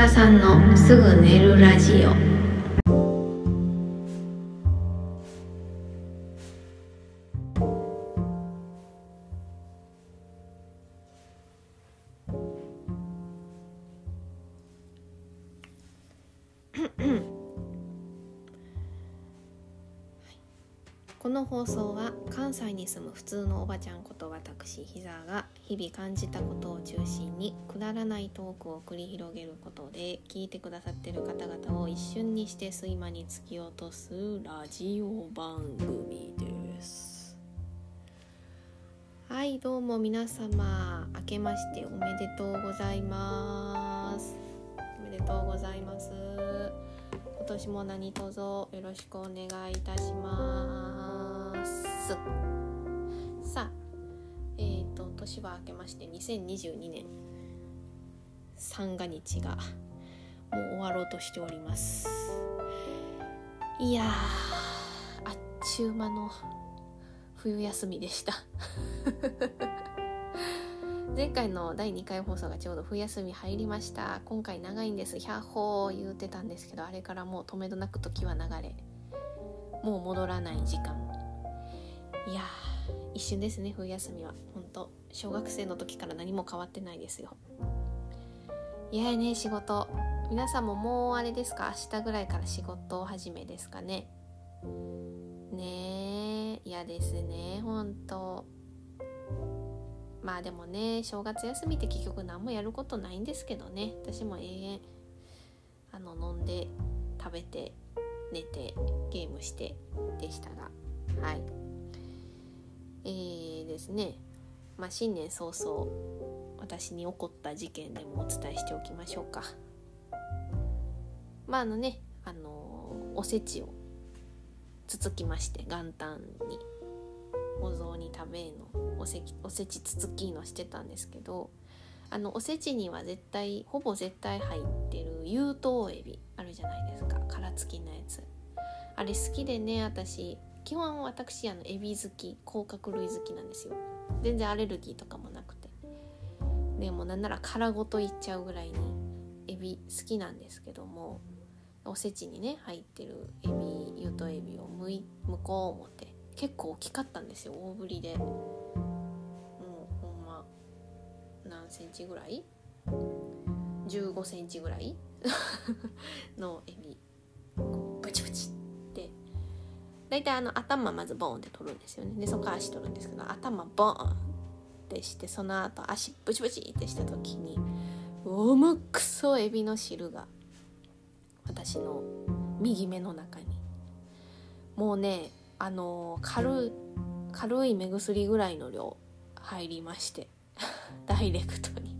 田さんのすぐ寝るラジオ。この放送は関西に住む普通のおばちゃんこと私ひざが日々感じたことを中心にくだらないトークを繰り広げることで聞いてくださっている方々を一瞬にして睡魔に突き落とすラジオ番組です。はい、どうも皆様、明けましておめでとうございます。おめでとうございます。今年も何卒よろしくお願いいたします。さあ、年は明けまして2022年三が日がもう終わろうとしております。いやー、あっちゅう間の冬休みでした前回の第2回放送がちょうど冬休み入りました。今回長いんです。100歩言うてたんですけど、あれからもう止めどなく時は流れ、もう戻らない時間。いやー、一瞬ですね。冬休みは本当小学生の時から何も変わってないですよ。いやね、仕事皆さんももうあれですか、明日ぐらいから仕事始めですかね。ねえ、嫌ですね本当。まあでもね、正月休みって結局何もやることないんですけどね。私も永遠飲んで食べて寝てゲームしてでしたが、はいですね、まあ新年早々私に起こった事件でもお伝えしておきましょうか。まあおせちをつつきまして、元旦にお雑煮食べのおせちつつきのしてたんですけど、おせちにはほぼ絶対入ってる有頭エビあるじゃないですか、殻付きのやつ。あれ好きでね、基本私エビ好き、甲殻類好きなんですよ。全然アレルギーとかもなくて、でもなんなら殻ごといっちゃうぐらいにエビ好きなんですけども、おせちにね入ってる有頭エビを剥こう思って結構大きかったんですよ。大ぶりで、もうほんま何センチぐらい、15センチぐらいのエビブチブチってだいたい頭まずボーンって取るんですよね。でそこから足取るんですけど、頭ボーンってして、その後足ブチブチってした時に重くそエビの汁が私の右目の中に、もうね軽い目薬ぐらいの量入りましてダイレクトに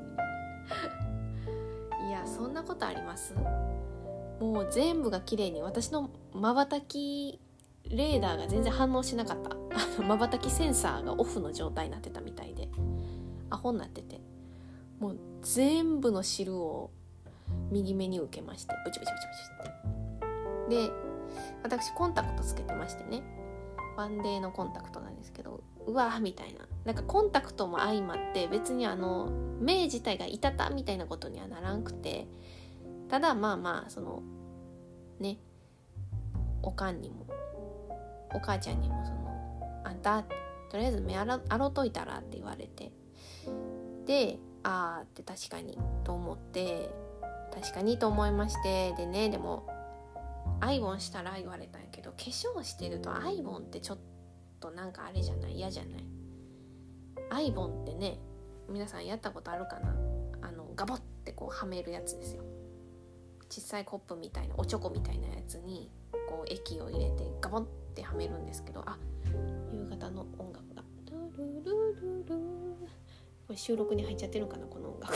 いや、そんなことあります？もう全部が綺麗に、私の瞬きレーダーが全然反応しなかった瞬きセンサーがオフの状態になってたみたいで、アホになってて、もう全部の汁を右目に受けまして、ブチブチブチブチって。で、私コンタクトつけてましてね、ワンデーのコンタクトなんですけど、うわーみたいな、なんかコンタクトも相まって別に目自体が痛たみたいなことにはならんくて、ただまあそのね、おかんにもお母ちゃんにもあんたとりあえず目洗うといたらって言われて、でって確かにと思いまして、でね、でもアイボンしたら言われたんやけど、化粧してるとアイボンってちょっとなんかあれじゃない、嫌じゃない。アイボンってね、皆さんやったことあるかな、ガボってこうはめるやつですよ。小さいコップみたいな、おちょこみたいなやつにこう液を入れてガボンってはめるんですけど、夕方の音楽がルルルルル、これ収録に入っちゃってるかな、この音楽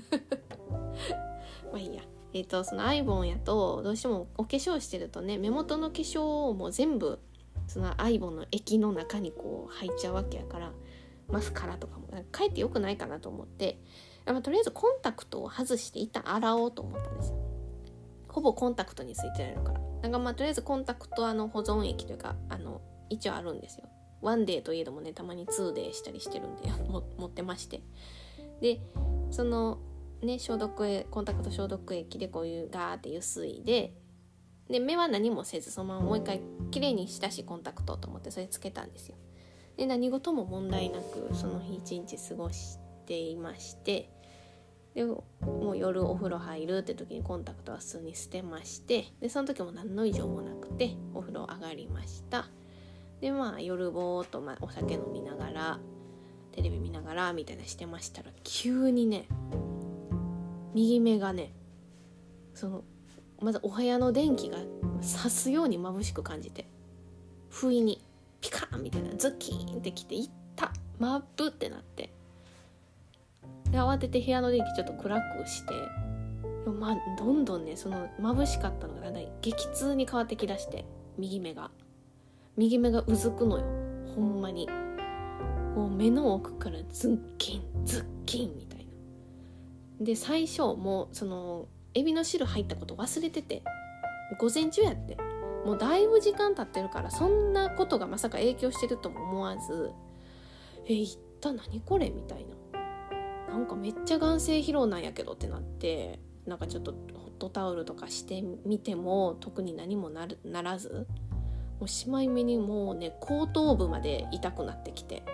まあいいや。そのアイボンやとどうしてもお化粧してるとね、目元の化粧も全部そのアイボンの液の中にこう入っちゃうわけやから、マスカラとかもかえって良くないかなと思って、とりあえずコンタクトを外して一旦洗おうと思ったんですよ。ほぼコンタクトについてられるから、なんかとりあえずコンタクト保存液というか一応あるんですよ。ワンデーといえどもね、たまに2デーしたりしてるんで持ってまして、でそのねコンタクト消毒液でこういうガーってゆすいで目は何もせずそのままもう一回きれいにしたしコンタクトと思ってそれつけたんですよ。で何事も問題なくその日一日過ごしていまして、でもう夜お風呂入るって時にコンタクトは普通に捨てまして、でその時も何の異常もなくてお風呂上がりました。で夜ぼーっとお酒飲みながらテレビ見ながらみたいなしてましたら、急にね右目がねまずお部屋の電気が刺すように眩しく感じて、不意にピカーンみたいなズッキーンってきて、いったマップってなって、で慌てて部屋の電気ちょっと暗くして、どんどんねその眩しかったのがだんだん激痛に変わってきだして、右目がうずくのよ。ほんまにこう目の奥からズッキンズッキンみたいな。で最初もうそのエビの汁入ったこと忘れてて、午前中やってもうだいぶ時間経ってるからそんなことがまさか影響してるとも思わず、いった何これみたいな、なんかめっちゃ眼精疲労なんやけどってなって、なんかちょっとホットタオルとかしてみても特に何もならず、もうしまい目にもうね後頭部まで痛くなってきて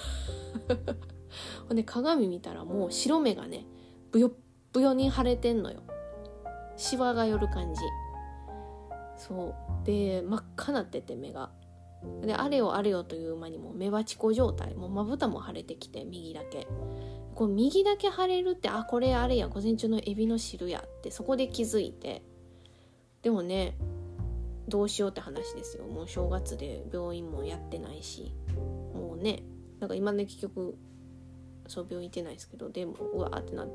で鏡見たらもう白目がねブヨッブヨに腫れてんのよ。シワが寄る感じ。そうで真っ赤なってて目がで、あれよあれよという間にもう目バチコ状態、もうまぶたも腫れてきて、右だけ腫れるって、これあれや午前中のエビの汁やってそこで気づいて、でもねどうしようって話ですよ。もう正月で病院もやってないし、もうねなんか今ね結局病院行ってないですけど、でもうわーってなって、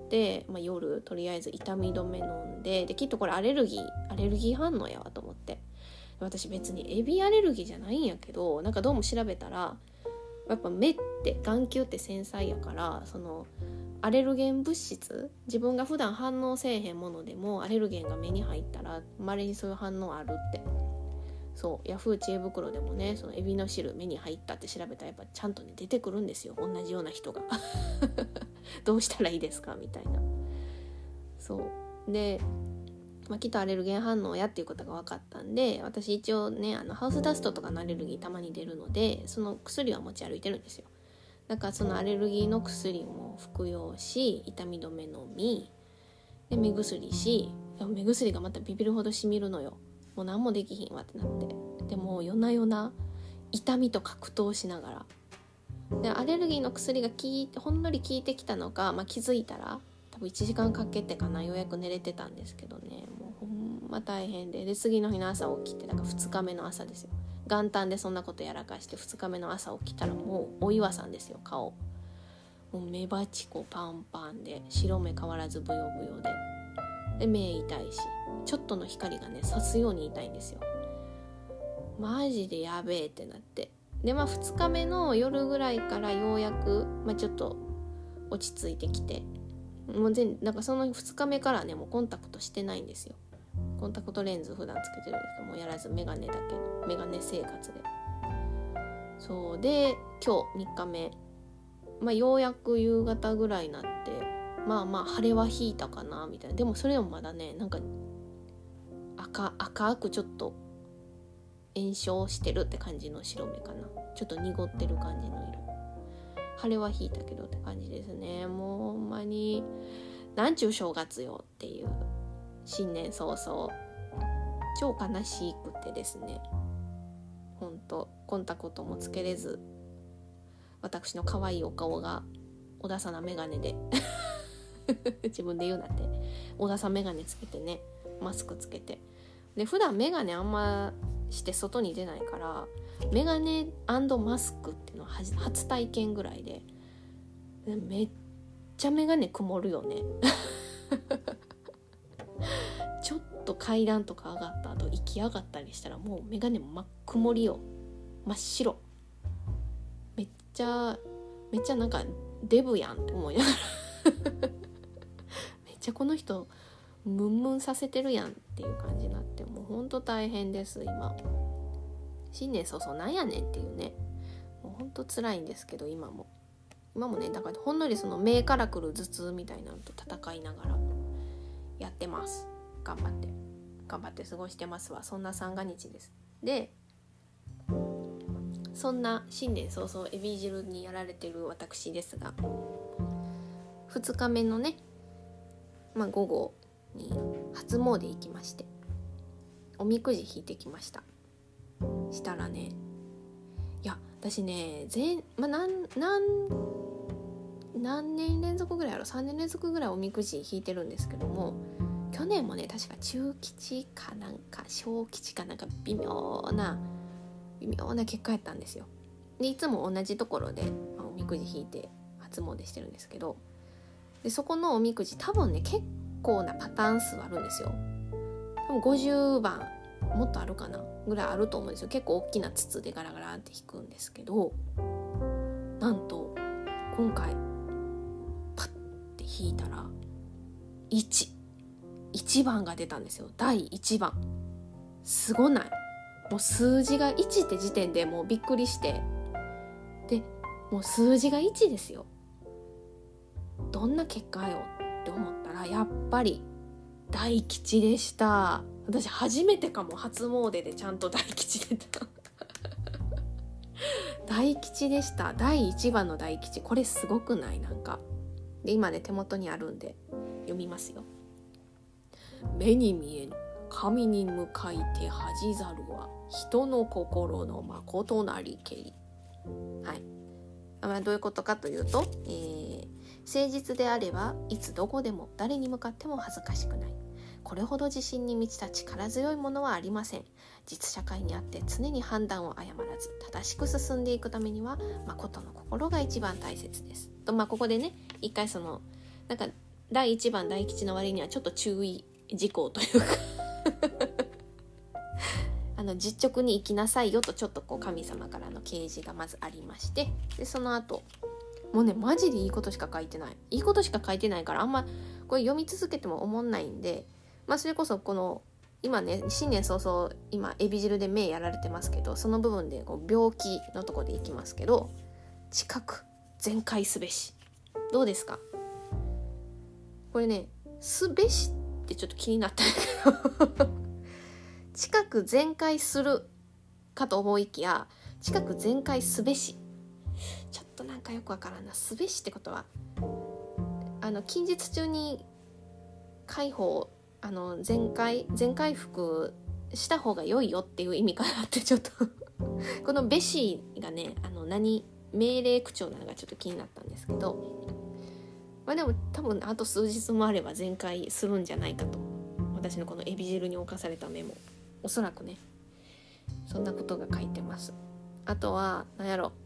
夜とりあえず痛み止め飲んで、きっとこれアレルギー反応やわと思って、私別にエビアレルギーじゃないんやけど、なんかどうも調べたらやっぱ目って眼球って繊細やから、そのアレルゲン物質、自分が普段反応せえへんものでもアレルゲンが目に入ったら稀にそういう反応あるって。そうヤフー知恵袋でもね、そのエビの汁目に入ったって調べたらやっぱちゃんとね出てくるんですよ、同じような人がどうしたらいいですかみたいな。そうで、きっとアレルゲン反応やっていうことが分かったんで、私一応ねハウスダストとかのアレルギーたまに出るので、その薬は持ち歩いてるんですよ。だからそのアレルギーの薬も服用し、痛み止め飲みで目薬し、目薬がまたビビるほどしみるのよ。もう何もできひんわってなって、でも夜な夜な痛みと格闘しながら、でアレルギーの薬がほんのり効いてきたのか、気づいたら多分1時間かけてかな、ようやく寝れてたんですけどね、もうほんま大変で、次の日の朝起きて、だから2日目の朝ですよ、元旦でそんなことやらかして2日目の朝起きたらもうお岩さんですよ、顔もう目バチコパンパンで、白目変わらずブヨブヨで目痛いし、ちょっとの光がね刺すように痛いんですよ。マジでやべえってなって、で2日目の夜ぐらいからようやく、ちょっと落ち着いてきて、もうなんかその2日目からねもうコンタクトしてないんですよ。コンタクトレンズ普段つけてるんですけど、もうやらずメガネだけのメガネ生活で、そうで今日3日目、ようやく夕方ぐらいになって、晴れは引いたかなみたいな。でもそれでもまだねなんか赤くちょっと炎症してるって感じの白目かな、ちょっと濁ってる感じの色。晴れは引いたけどって感じですね。もうほんまになんちゅう正月よっていう、新年早々超悲しくてですね、ほんとコンタクトもつけれず、私の可愛いお顔が小田さんのメガネで自分で言うなって、小田さんメガネつけてね、マスクつけて、で普段メガネあんまして外に出ないから、メガネ&マスクっていうのは初体験ぐらいで、めっちゃメガネ曇るよねちょっと階段とか上がった後息上がったりしたらもうメガネも真っ曇りよ、真っ白、めっちゃなんかデブやんって思いながらめっちゃこの人ムンムンさせてるやんっていう感じになって、もうほんと大変です今。新年早々なんやねんっていうね、もうほんと辛いんですけど、今も今もねだからほんのりその目からくる頭痛みたいなのと戦いながらやってます。頑張って過ごしてますわ。そんな三が日です。でそんな新年早々エビ汁にやられてる私ですが、2日目のね、午後に初詣行きましておみくじ引いてきました。したらね、いや私ね何年連続ぐらい3年連続ぐらいおみくじ引いてるんですけども、去年もね確か中吉かなんか小吉かなんか微妙な結果やったんですよ。でいつも同じところでおみくじ引いて初詣してるんですけど、でそこのおみくじ多分ね結構なパターン数あるんですよ。多分50番もっとあるかなぐらいあると思うんですよ。結構大きな筒でガラガラって引くんですけど、なんと今回パッて引いたら1番が出たんですよ。第1番。すごない？もう数字が1って時点でもうびっくりして、でもう数字が1ですよ。どんな結果よって思ったらやっぱり大吉でした。私初めてかも、初詣でちゃんと大吉出た大吉でした。第1番の大吉、これすごくない？なんかで今ね手元にあるんで読みますよ。目に見えぬ神に向かいて恥ざるは人の心のまことなりけり。はい、どういうことかというと、誠実であればいつどこでも誰に向かっても恥ずかしくない。これほど自信に満ちた力強いものはありません。実社会にあって常に判断を誤らず正しく進んでいくためには誠の心が一番大切ですと、ここでね一回そのなんか第1番大吉の割にはちょっと注意事項というか実直に生きなさいよとちょっとこう神様からの啓示がまずありまして、でその後もうねマジでいいことしか書いてないからあんまこれ読み続けても思んないんで、それこそこの今ね新年早々今エビ汁で目やられてますけど、その部分でこう病気のとこでいきますけど、近く全開すべし。どうですかこれね、すべしってちょっと気になったんだけど近く全開するかと思いきや近く全開すべし、ちょっとなんかよくわからんな。すべしってことは近日中に解放全回復した方が良いよっていう意味かなってちょっとこのべしがね命令口調なのがちょっと気になったんですけど、でも多分あと数日もあれば全開するんじゃないかと、私のこのエビ汁に侵されたメモ、おそらくねそんなことが書いてます。あとは何やろ、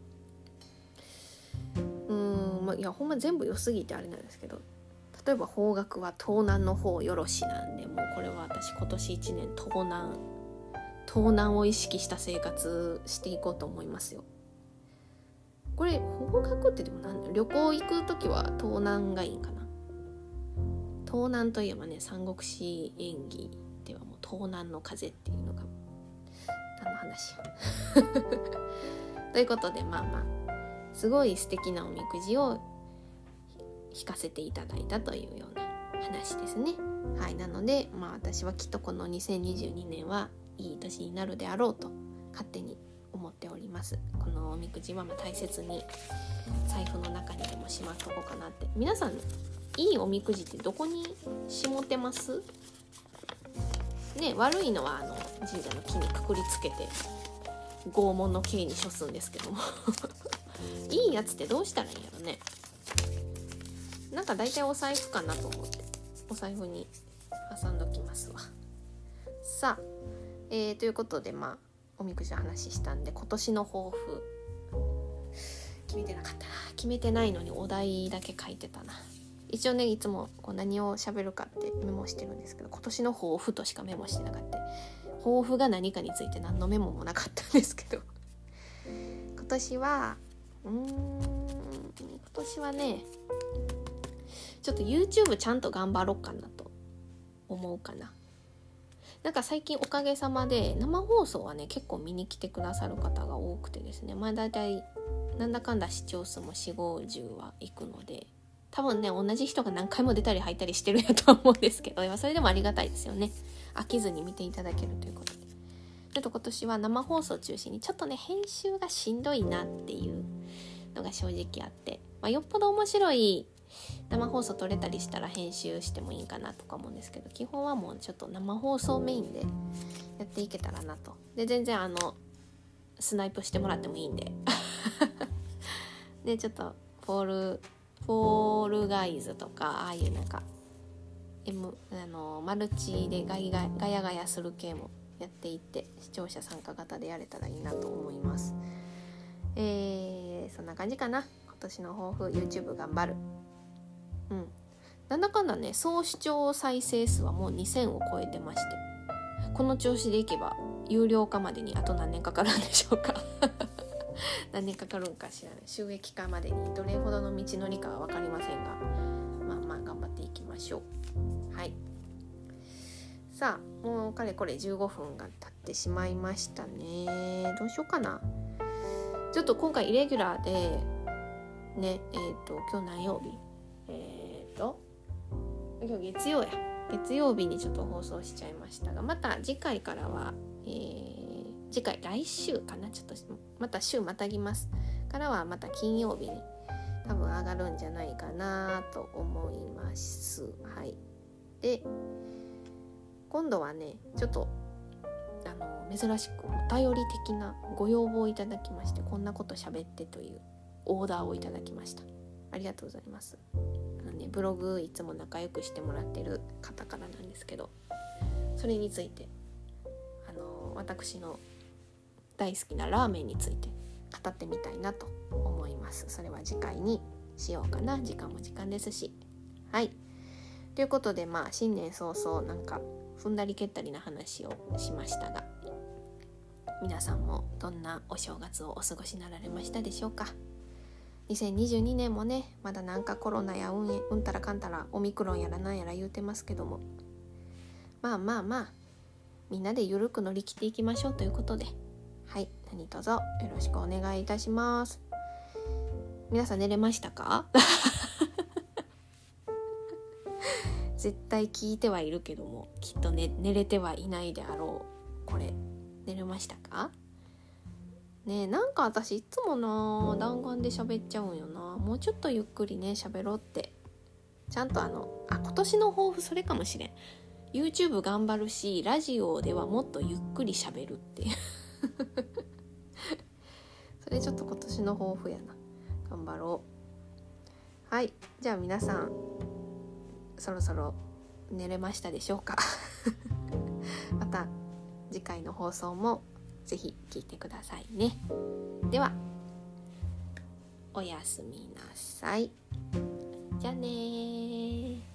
いやほんま全部良すぎてあれなんですけど、例えば方角は東南の方よろしなんで、もうこれは私今年1年東南を意識した生活していこうと思いますよ。これ方角ってでも旅行行くときは東南がいいんかな。東南といえばね三国志演義ではもう東南の風っていうのが何の話ということですごい素敵なおみくじを引かせていただいたというような話ですね。はい、なので私はきっとこの2022年はいい年になるであろうと勝手に思っております。このおみくじは大切に財布の中にでもしまっとこうかなって。皆さんいいおみくじってどこにしもてますね？悪いのは神社の木にくくりつけて拷問の刑に処すんですけどもいいやつってどうしたらいいんやろね。なんか大体お財布かなと思ってお財布に挟んどきますわ。さあ、ということでおみくじの話したんで、今年の抱負決めてなかったな。決めてないのにお題だけ書いてたな。一応ねいつも何を喋るかってメモしてるんですけど、今年の抱負としかメモしてなかった。抱負が何かについて何のメモもなかったんですけど今年はねちょっと YouTube ちゃんと頑張ろうかなと思うかな。 なんか最近おかげさまで生放送はね結構見に来てくださる方が多くてですね、だいたいなんだかんだ視聴数も4、50はいくので、多分ね同じ人が何回も出たり入ったりしてるやとは思うんですけど、それでもありがたいですよね。飽きずに見ていただけるということで、ちょっと今年は生放送中心にちょっとね編集がしんどいなっていうのが正直あって、よっぽど面白い生放送撮れたりしたら編集してもいいかなとか思うんですけど、基本はもうちょっと生放送メインでやっていけたらなと。で全然スナイプしてもらってもいいんででちょっとフォールガイズとかああいうなんかマルチでガヤガヤする系もやっていって、視聴者参加型でやれたらいいなと思います。そんな感じかな。今年の抱負、 YouTube 頑張る。なんだかんだね総視聴再生数はもう2000を超えてまして、この調子でいけば有料化までにあと何年かかるんでしょうか何年かかるんか知らない、収益化までにどれほどの道のりかは分かりませんが、まあ頑張っていきましょう。はい、さあもうかれこれ15分が経ってしまいましたね。どうしようかな。ちょっと今回イレギュラーでね、今日何曜日、今日月曜や。月曜日にちょっと放送しちゃいましたが、また次回からは、来週かな、ちょっとまた週またぎますからはまた金曜日に多分上がるんじゃないかなと思います。はい。で今度はねちょっと珍しくお便り的なご要望をいただきまして、こんなこと喋ってというオーダーをいただきました。ありがとうございます。ブログいつも仲良くしてもらってる方からなんですけど、それについて私の大好きなラーメンについて語ってみたいなと思います。それは次回にしようかな。時間も時間ですし。はい、ということで新年早々なんか踏んだり蹴ったりな話をしましたが、皆さんもどんなお正月をお過ごしになられましたでしょうか。2022年もねまだなんかコロナやうんたらかんたらオミクロンやらなんやら言うてますけども、まあみんなでゆるく乗り切っていきましょうということで、はい、何卒よろしくお願いいたします。皆さん寝れましたか絶対聞いてはいるけどもきっと、寝れてはいないであろう。これ寝れましたかね。なんか私いつもな弾丸で喋っちゃうんよな。もうちょっとゆっくりね喋ろうって。ちゃんと今年の抱負それかもしれん。 YouTube 頑張るしラジオではもっとゆっくり喋るってそれちょっと今年の抱負やな。頑張ろう。はい、じゃあ皆さんそろそろ寝れましたでしょうかまた次回の放送もぜひ聞いてくださいね。ではおやすみなさい。じゃあね。